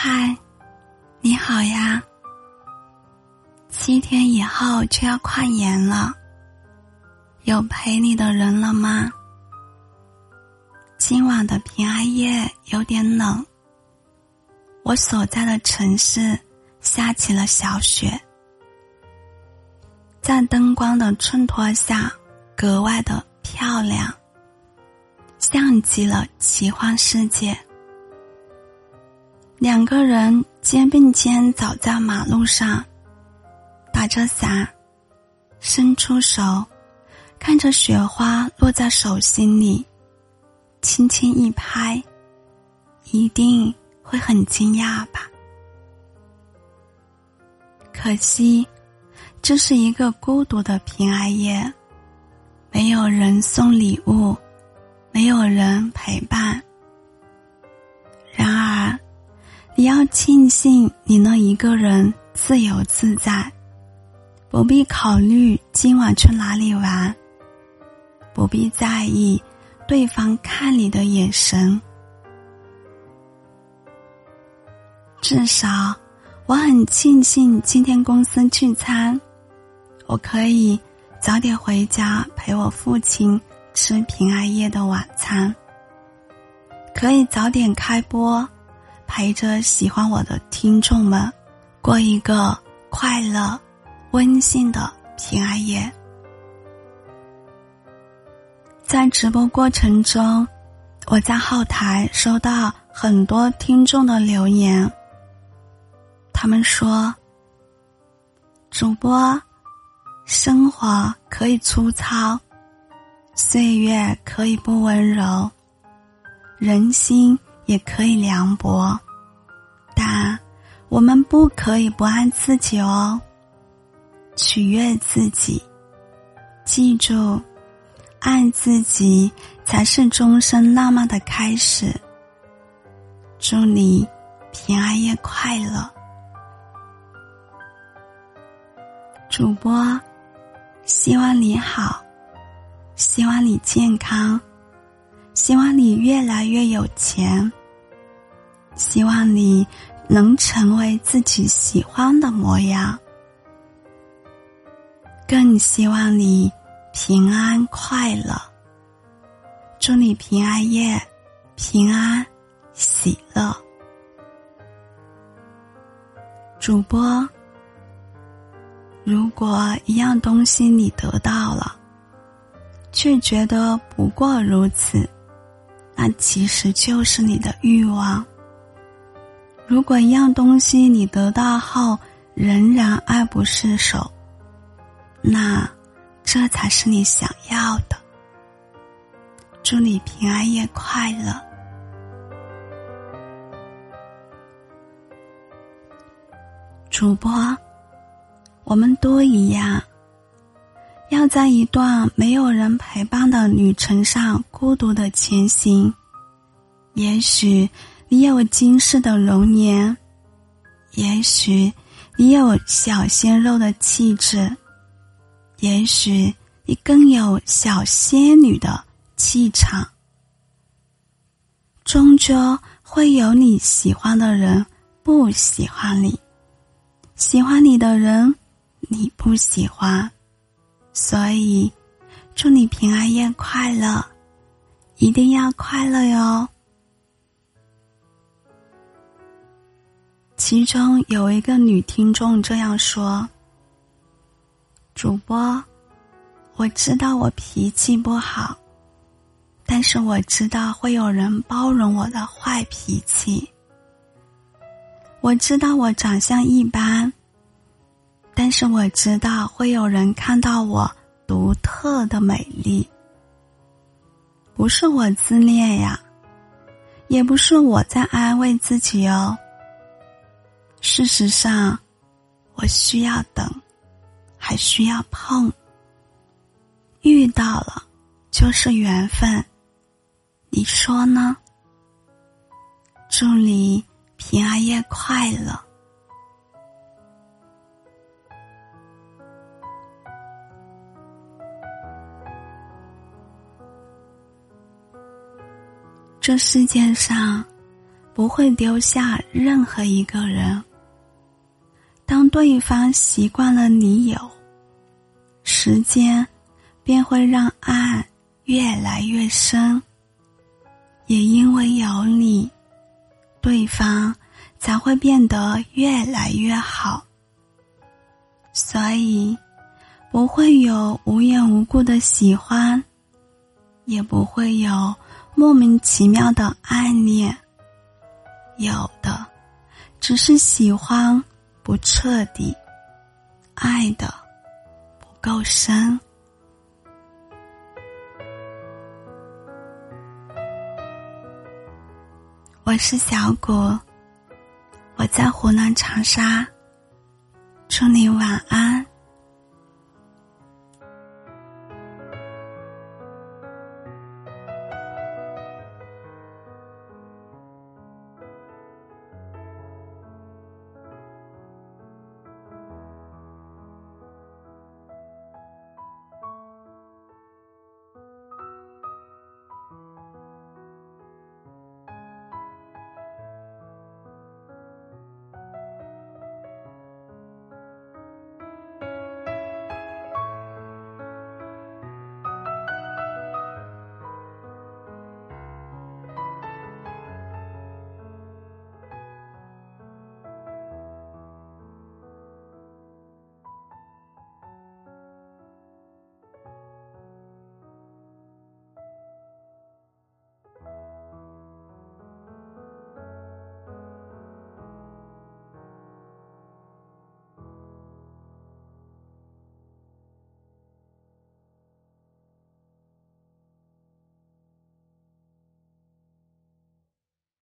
嗨，你好呀。7天以后就要跨年了，有陪你的人了吗？今晚的平安夜有点冷，我所在的城市下起了小雪，在灯光的衬托下格外的漂亮，像极了奇幻世界。2个人肩并肩走在马路上，打着伞，伸出手，看着雪花落在手心里，轻轻一拍，一定会很惊讶吧。可惜，这是一个孤独的平安夜，没有人送礼物，没有人陪伴。然而，你要庆幸你能一个人自由自在，不必考虑今晚去哪里玩，不必在意对方看你的眼神。至少，我很庆幸今天公司聚餐，我可以早点回家陪我父亲吃平安夜的晚餐，可以早点开播，陪着喜欢我的听众们过一个快乐温馨的平安夜。在直播过程中，我在后台收到很多听众的留言，他们说，主播，生活可以粗糙，岁月可以不温柔，人心也可以凉薄，但我们不可以不爱自己哦，取悦自己，记住，爱自己才是终身浪漫的开始。祝你平安夜快乐。主播，希望你好，希望你健康，希望你越来越有钱，希望你能成为自己喜欢的模样，更希望你平安快乐。祝你平安夜平安喜乐。主播，如果一样东西你得到了，却觉得不过如此，那其实就是你的欲望。如果一样东西你得到后仍然爱不释手，那这才是你想要的。祝你平安夜快乐。主播，我们都一样，要在一段没有人陪伴的旅程上孤独地前行。也许你有今世的容颜，也许你有小鲜肉的气质，也许你更有小仙女的气场。终究会有你喜欢的人不喜欢你，喜欢你的人你不喜欢。所以祝你平安夜快乐，一定要快乐哟。其中有一个女听众这样说，主播，我知道我脾气不好，但是我知道会有人包容我的坏脾气。我知道我长相一般，但是我知道会有人看到我独特的美丽。不是我自恋呀，也不是我在安慰自己哦。事实上，我需要等，还需要碰。遇到了，就是缘分。你说呢？祝你平安夜快乐。这世界上不会丢下任何一个人。当对方习惯了你有，时间便会让爱越来越深，也因为有你，对方才会变得越来越好。所以不会有无缘无故的喜欢，也不会有莫名其妙的爱恋，有的只是喜欢不彻底，爱的不够深。我是小谷，我在湖南长沙，祝你晚安。